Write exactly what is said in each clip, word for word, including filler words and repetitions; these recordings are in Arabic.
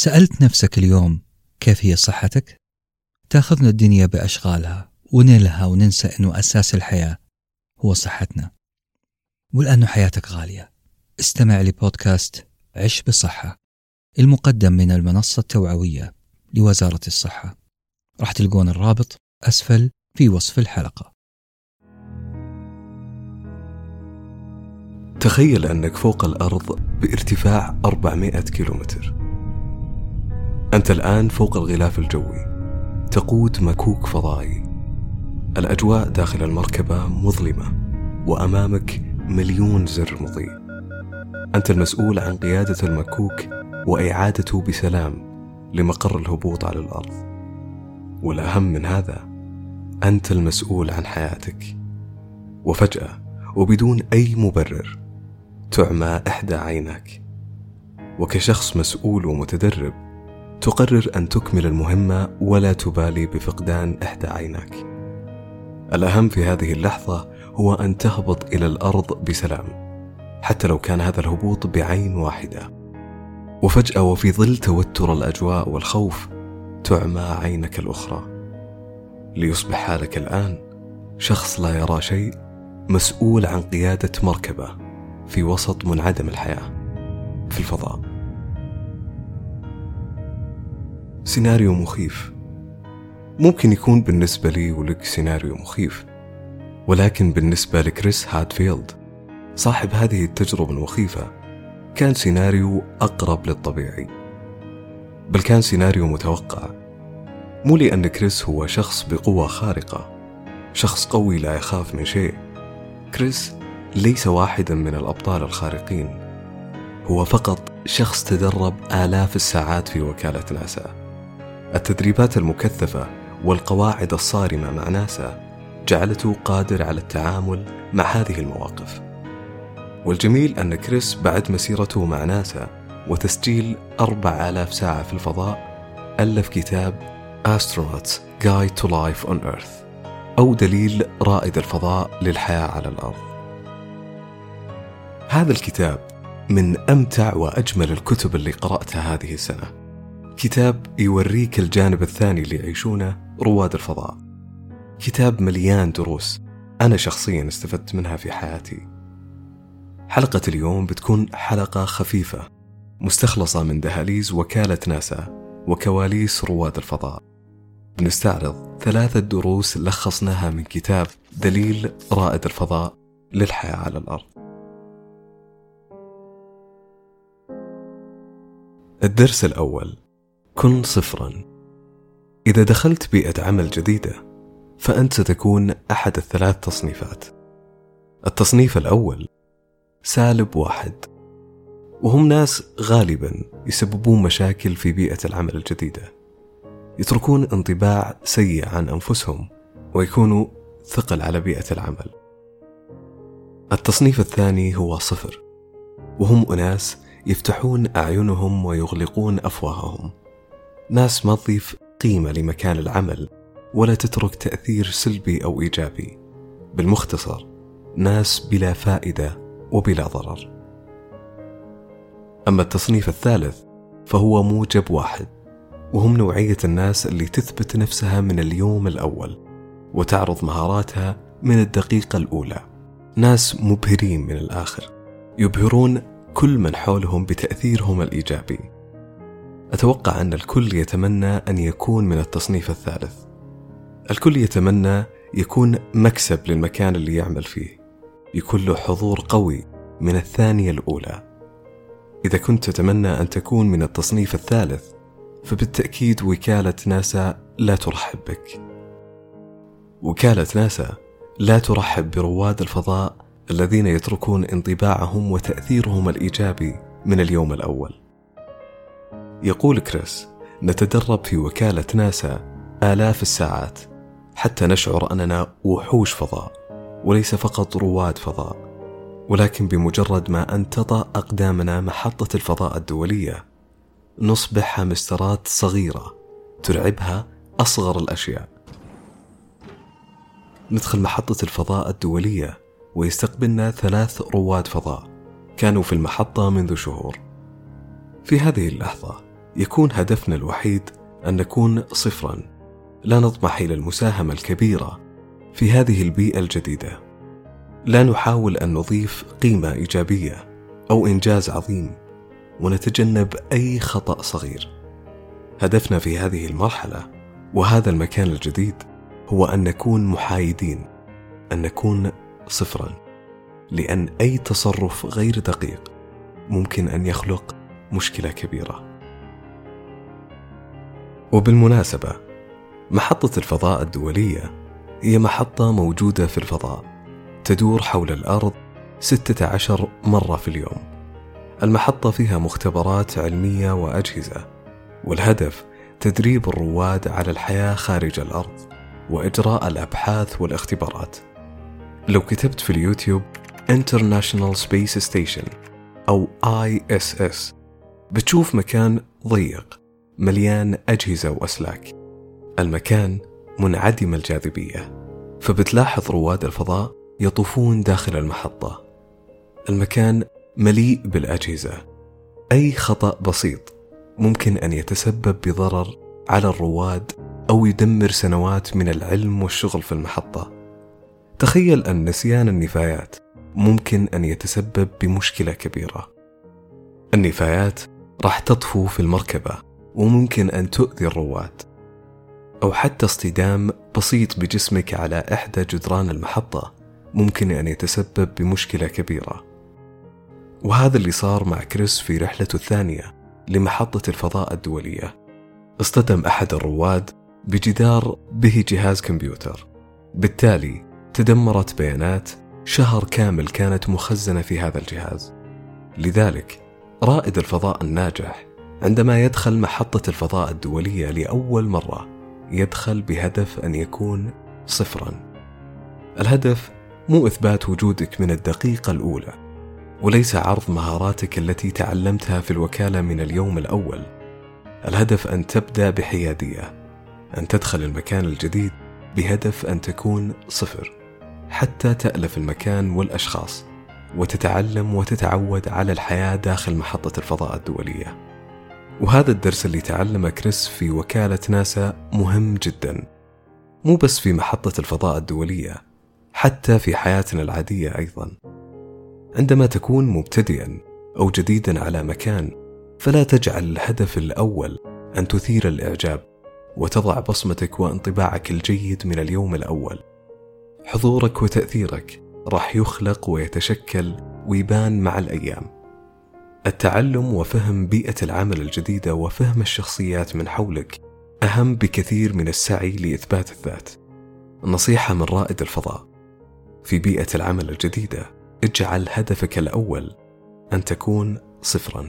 سألت نفسك اليوم كيف هي صحتك؟ تأخذنا الدنيا بأشغالها ونلها وننسى أنه أساس الحياة هو صحتنا، ولأنه حياتك غالية. استمع لبودكاست عش بصحة المقدم من المنصة التوعوية لوزارة الصحة. راح تلقون الرابط أسفل في وصف الحلقة. تخيل أنك فوق الأرض بارتفاع أربعمائة كيلومتر. أنت الآن فوق الغلاف الجوي، تقود مكوك فضائي. الأجواء داخل المركبة مظلمة، وأمامك مليون زر مضيء. أنت المسؤول عن قيادة المكوك وإعادته بسلام لمقر الهبوط على الأرض. والأهم من هذا، أنت المسؤول عن حياتك. وفجأة وبدون أي مبرر تعمى إحدى عيناك، وكشخص مسؤول ومتدرب تقرر أن تكمل المهمة ولا تبالي بفقدان إحدى عيناك. الأهم في هذه اللحظة هو أن تهبط إلى الأرض بسلام، حتى لو كان هذا الهبوط بعين واحدة. وفجأة وفي ظل توتر الأجواء والخوف تعمى عينك الأخرى، ليصبح حالك الآن شخص لا يرى شيء، مسؤول عن قيادة مركبة في وسط منعدم الحياة في الفضاء. سيناريو مخيف، ممكن يكون بالنسبة لي ولك سيناريو مخيف، ولكن بالنسبة لكريس هادفيلد صاحب هذه التجربة المخيفة كان سيناريو أقرب للطبيعي، بل كان سيناريو متوقع. مو لأن كريس هو شخص بقوة خارقة، شخص قوي لا يخاف من شيء. كريس ليس واحدا من الأبطال الخارقين، هو فقط شخص تدرب آلاف الساعات في وكالة ناسا. التدريبات المكثفة والقواعد الصارمة مع ناسا جعلته قادر على التعامل مع هذه المواقف. والجميل أن كريس بعد مسيرته مع ناسا وتسجيل أربع آلاف ساعة في الفضاء ألف كتاب Astronaut's Guide to Life on Earth، أو دليل رائد الفضاء للحياة على الأرض. هذا الكتاب من أمتع وأجمل الكتب اللي قرأتها هذه السنة. كتاب يوريك الجانب الثاني اللي يعيشونه رواد الفضاء. كتاب مليان دروس أنا شخصيا استفدت منها في حياتي. حلقة اليوم بتكون حلقة خفيفة مستخلصة من دهاليز وكالة ناسا وكواليس رواد الفضاء. بنستعرض ثلاثة دروس لخصناها من كتاب دليل رائد الفضاء للحياة على الأرض. الدرس الأول: كن صفرا. إذا دخلت بيئة عمل جديدة فأنت ستكون أحد الثلاث تصنيفات. التصنيف الأول سالب واحد، وهم ناس غالبا يسببون مشاكل في بيئة العمل الجديدة، يتركون انطباع سيء عن أنفسهم ويكونوا ثقل على بيئة العمل. التصنيف الثاني هو صفر، وهم أناس يفتحون أعينهم ويغلقون أفواههم، ناس ما تضيف قيمة لمكان العمل ولا تترك تأثير سلبي أو إيجابي. بالمختصر، ناس بلا فائدة وبلا ضرر. أما التصنيف الثالث فهو موجب واحد، وهم نوعية الناس اللي تثبت نفسها من اليوم الأول وتعرض مهاراتها من الدقيقة الأولى. ناس مبهرين من الآخر، يبهرون كل من حولهم بتأثيرهم الإيجابي. أتوقع أن الكل يتمنى أن يكون من التصنيف الثالث. الكل يتمنى يكون مكسب للمكان اللي يعمل فيه، يكون له حضور قوي من الثانية الأولى. إذا كنت تتمنى أن تكون من التصنيف الثالث فبالتأكيد وكالة ناسا لا ترحب بك. وكالة ناسا لا ترحب برواد الفضاء الذين يتركون انطباعهم وتأثيرهم الإيجابي من اليوم الأول. يقول كريس: نتدرب في وكالة ناسا آلاف الساعات حتى نشعر أننا وحوش فضاء وليس فقط رواد فضاء، ولكن بمجرد ما أن تضع أقدامنا محطة الفضاء الدولية نصبح همسترات صغيرة تلعبها أصغر الأشياء. ندخل محطة الفضاء الدولية ويستقبلنا ثلاث رواد فضاء كانوا في المحطة منذ شهور. في هذه اللحظة يكون هدفنا الوحيد أن نكون صفراً، لا نطمح إلى المساهمة الكبيرة في هذه البيئة الجديدة، لا نحاول أن نضيف قيمة إيجابية أو إنجاز عظيم، ونتجنب أي خطأ صغير. هدفنا في هذه المرحلة وهذا المكان الجديد هو أن نكون محايدين، أن نكون صفراً، لأن أي تصرف غير دقيق ممكن أن يخلق مشكلة كبيرة. وبالمناسبة، محطة الفضاء الدولية هي محطة موجودة في الفضاء، تدور حول الأرض ستة عشر مرة في اليوم. المحطة فيها مختبرات علمية وأجهزة، والهدف تدريب الرواد على الحياة خارج الأرض وإجراء الأبحاث والاختبارات. لو كتبت في اليوتيوب International Space Station أو آي إس إس بتشوف مكان ضيق مليان أجهزة وأسلاك. المكان منعدم الجاذبية، فبتلاحظ رواد الفضاء يطوفون داخل المحطة. المكان مليء بالأجهزة، أي خطأ بسيط ممكن أن يتسبب بضرر على الرواد أو يدمر سنوات من العلم والشغل في المحطة. تخيل أن نسيان النفايات ممكن أن يتسبب بمشكلة كبيرة. النفايات راح تطفو في المركبة وممكن أن تؤذي الرواد، أو حتى اصطدام بسيط بجسمك على إحدى جدران المحطة ممكن أن يتسبب بمشكلة كبيرة. وهذا اللي صار مع كريس في رحلته الثانية لمحطة الفضاء الدولية. اصطدم أحد الرواد بجدار به جهاز كمبيوتر، بالتالي تدمرت بيانات شهر كامل كانت مخزنة في هذا الجهاز. لذلك رائد الفضاء الناجح عندما يدخل محطة الفضاء الدولية لأول مرة يدخل بهدف أن يكون صفراً. الهدف مو إثبات وجودك من الدقيقة الأولى، وليس عرض مهاراتك التي تعلمتها في الوكالة من اليوم الأول. الهدف أن تبدأ بحيادية، أن تدخل المكان الجديد بهدف أن تكون صفر، حتى تألف المكان والأشخاص وتتعلم وتتعود على الحياة داخل محطة الفضاء الدولية. وهذا الدرس اللي تعلمه كريس في وكالة ناسا مهم جدا، مو بس في محطة الفضاء الدولية، حتى في حياتنا العادية أيضا. عندما تكون مبتدئا أو جديدا على مكان، فلا تجعل الهدف الأول أن تثير الإعجاب وتضع بصمتك وانطباعك الجيد من اليوم الأول. حضورك وتأثيرك راح يخلق ويتشكل ويبان مع الأيام. التعلم وفهم بيئة العمل الجديدة وفهم الشخصيات من حولك أهم بكثير من السعي لإثبات الذات. النصيحة من رائد الفضاء: في بيئة العمل الجديدة اجعل هدفك الأول أن تكون صفراً.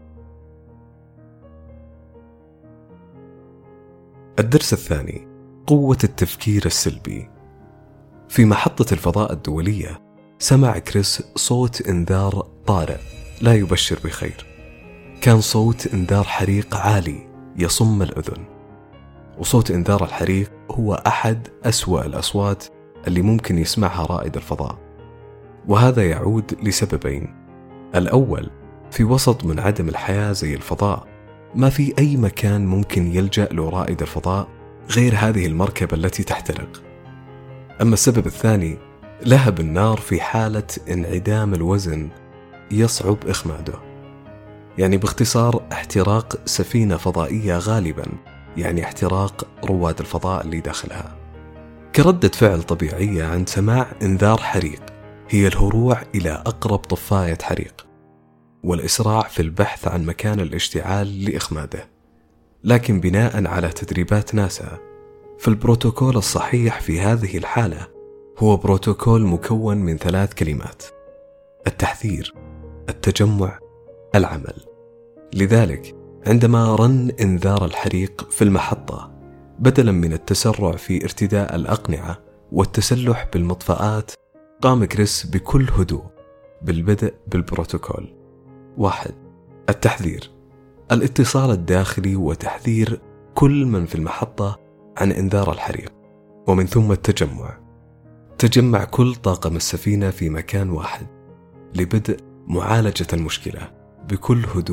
الدرس الثاني: قوة التفكير السلبي. في محطة الفضاء الدولية سمع كريس صوت إنذار طارئ لا يبشر بخير. كان صوت إنذار حريق عالي يصم الأذن، وصوت إنذار الحريق هو أحد أسوأ الأصوات اللي ممكن يسمعها رائد الفضاء، وهذا يعود لسببين. الأول، في وسط منعدم الحياة زي الفضاء ما في أي مكان ممكن يلجأ له رائد الفضاء غير هذه المركبة التي تحترق. أما السبب الثاني، لهب النار في حالة انعدام الوزن يصعب إخماده. يعني باختصار احتراق سفينة فضائية غالبا يعني احتراق رواد الفضاء اللي داخلها. كردة فعل طبيعية عند سماع إنذار حريق هي الهروع إلى أقرب طفاية حريق والإسراع في البحث عن مكان الاشتعال لإخماده. لكن بناء على تدريبات ناسا، فالبروتوكول الصحيح في هذه الحالة هو بروتوكول مكون من ثلاث كلمات: التحذير، التجمع، العمل. لذلك عندما رن إنذار الحريق في المحطة، بدلا من التسرع في ارتداء الأقنعة والتسلح بالمطفآت، قام كريس بكل هدوء بالبدء بالبروتوكول. واحد، التحذير، الاتصال الداخلي وتحذير كل من في المحطة عن إنذار الحريق. ومن ثم التجمع، تجمع كل طاقم السفينة في مكان واحد لبدء معالجة المشكلة بكل هدوء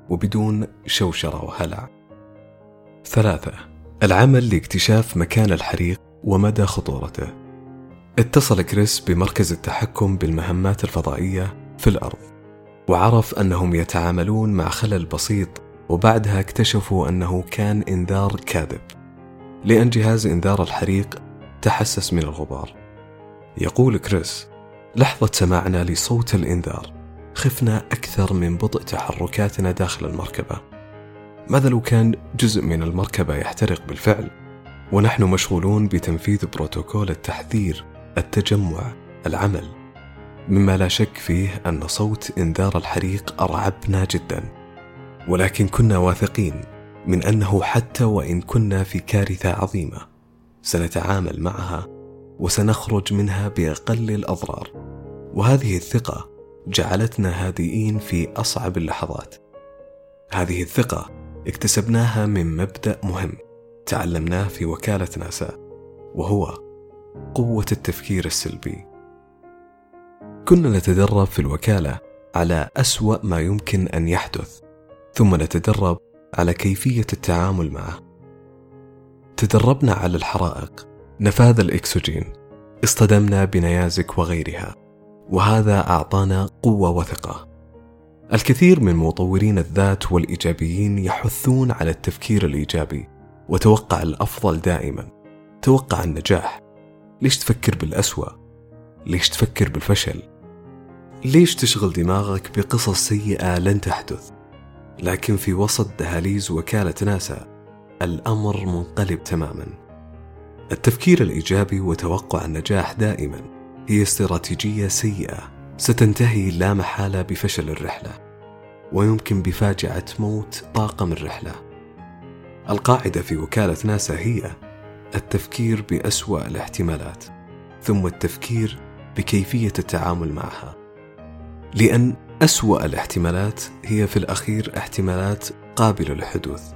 وبدون شوشرة وهلع. ثلاثة، العمل لاكتشاف مكان الحريق ومدى خطورته. اتصل كريس بمركز التحكم بالمهمات الفضائية في الأرض، وعرف أنهم يتعاملون مع خلل بسيط، وبعدها اكتشفوا أنه كان إنذار كاذب، لأن جهاز إنذار الحريق تحسس من الغبار. يقول كريس: لحظة سماعنا لصوت الإنذار خفنا أكثر من بطء تحركاتنا داخل المركبة. ماذا لو كان جزء من المركبة يحترق بالفعل ونحن مشغولون بتنفيذ بروتوكول التحذير، التجمع، العمل؟ مما لا شك فيه أن صوت إنذار الحريق أرعبنا جدا، ولكن كنا واثقين من أنه حتى وإن كنا في كارثة عظيمة سنتعامل معها وسنخرج منها بأقل الأضرار. وهذه الثقة جعلتنا هادئين في أصعب اللحظات. هذه الثقة اكتسبناها من مبدأ مهم تعلمناه في وكالة ناسا، وهو قوة التفكير السلبي. كنا نتدرب في الوكالة على أسوأ ما يمكن أن يحدث، ثم نتدرب على كيفية التعامل معه. تدربنا على الحرائق، نفاذ الإكسجين، اصطدمنا بنيازك وغيرها، وهذا أعطانا قوة وثقة. الكثير من مطورين الذات والإيجابيين يحثون على التفكير الإيجابي وتوقع الأفضل دائما. توقع النجاح. ليش تفكر بالأسوأ؟ ليش تفكر بالفشل؟ ليش تشغل دماغك بقصص سيئة لن تحدث؟ لكن في وسط دهاليز وكالة ناسا الأمر منقلب تماما. التفكير الإيجابي وتوقع النجاح دائما هي استراتيجية سيئة ستنتهي لا محالة بفشل الرحلة، ويمكن بفاجعة موت طاقم الرحلة. القاعدة في وكالة ناسا هي التفكير بأسوأ الاحتمالات، ثم التفكير بكيفية التعامل معها، لأن أسوأ الاحتمالات هي في الأخير احتمالات قابلة للحدوث.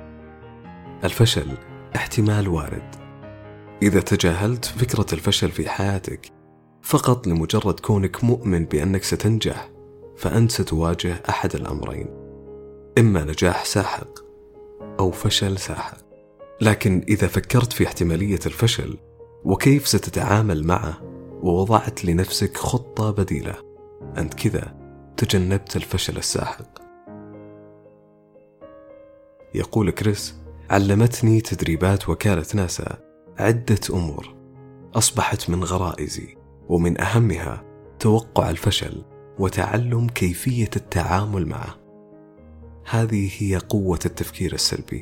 الفشل احتمال وارد. إذا تجاهلت فكرة الفشل في حياتك فقط لمجرد كونك مؤمن بأنك ستنجح، فأنت ستواجه أحد الأمرين: إما نجاح ساحق أو فشل ساحق. لكن إذا فكرت في احتمالية الفشل وكيف ستتعامل معه ووضعت لنفسك خطة بديلة، أنت كذا تجنبت الفشل الساحق. يقول كريس: علمتني تدريبات وكالة ناسا عدة أمور أصبحت من غرائزي، ومن أهمها توقع الفشل وتعلم كيفية التعامل معه. هذه هي قوة التفكير السلبي.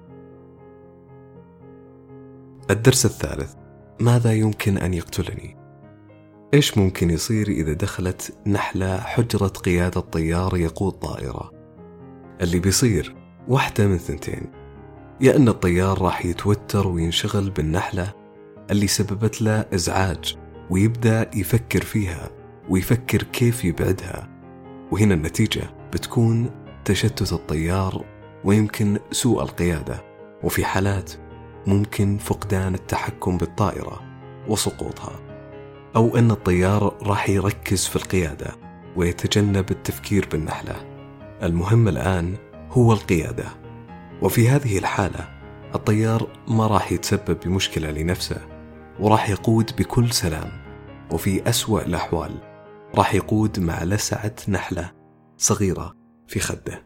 الدرس الثالث: ماذا يمكن أن يقتلني؟ إيش ممكن يصير إذا دخلت نحلة حجرة قيادة طيار يقود طائرة؟ اللي بيصير واحدة من ثنتين: يا أن الطيار راح يتوتر وينشغل بالنحلة اللي سببت له إزعاج ويبدأ يفكر فيها ويفكر كيف يبعدها، وهنا النتيجة بتكون تشتت الطيار ويمكن سوء القيادة، وفي حالات ممكن فقدان التحكم بالطائرة وسقوطها. أو أن الطيار راح يركز في القيادة ويتجنب التفكير بالنحلة. المهم الآن هو القيادة، وفي هذه الحالة الطيار ما راح يتسبب بمشكلة لنفسه وراح يقود بكل سلام، وفي أسوأ الأحوال راح يقود مع لسعة نحلة صغيرة في خده.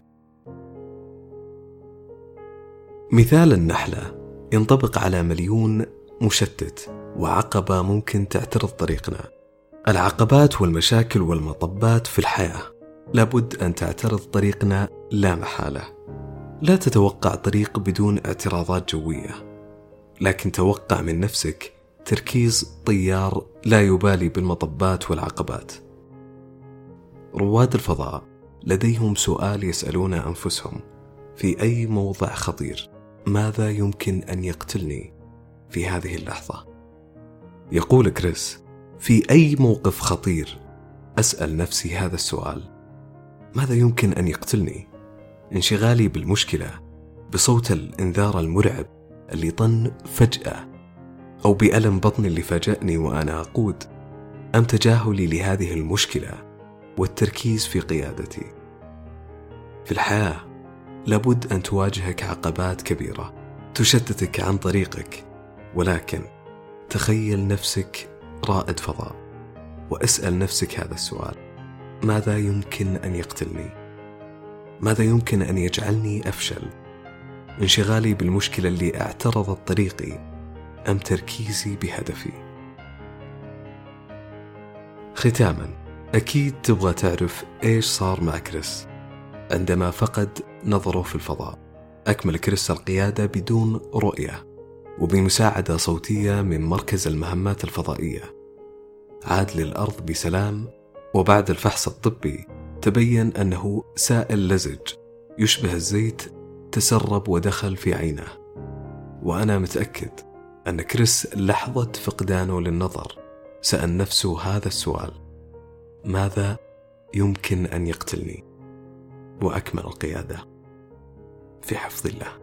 مثال النحلة ينطبق على مليون مشتت وعقبة ممكن تعترض طريقنا. العقبات والمشاكل والمطبات في الحياة لابد أن تعترض طريقنا لا محالة. لا تتوقع طريق بدون اعتراضات جوية، لكن توقع من نفسك تركيز طيار لا يبالي بالمطبات والعقبات. رواد الفضاء لديهم سؤال يسألون أنفسهم: في أي موضع خطير ماذا يمكن أن يقتلني في هذه اللحظة؟ يقول كريس: في أي موقف خطير أسأل نفسي هذا السؤال: ماذا يمكن أن يقتلني؟ انشغالي بالمشكلة، بصوت الإنذار المرعب اللي طن فجأة، أو بألم بطني اللي فاجأني وأنا أقود، أم تجاهلي لهذه المشكلة والتركيز في قيادتي؟ في الحياة لابد أن تواجهك عقبات كبيرة تشتتك عن طريقك، ولكن تخيل نفسك رائد فضاء واسأل نفسك هذا السؤال: ماذا يمكن أن يقتلني؟ ماذا يمكن أن يجعلني أفشل؟ انشغالي بالمشكلة اللي اعترضت طريقي أم تركيزي بهدفي؟ ختاما، أكيد تبغى تعرف إيش صار مع كريس عندما فقد نظره في الفضاء. أكمل كريس القيادة بدون رؤية وبمساعدة صوتية من مركز المهمات الفضائية، عاد للأرض بسلام، وبعد الفحص الطبي تبين أنه سائل لزج يشبه الزيت تسرب ودخل في عينه. وأنا متأكد أن كريس لحظة فقدانه للنظر سأل نفسه هذا السؤال: ماذا يمكن أن يقتلني؟ وأكمل القيادة في حفظ الله.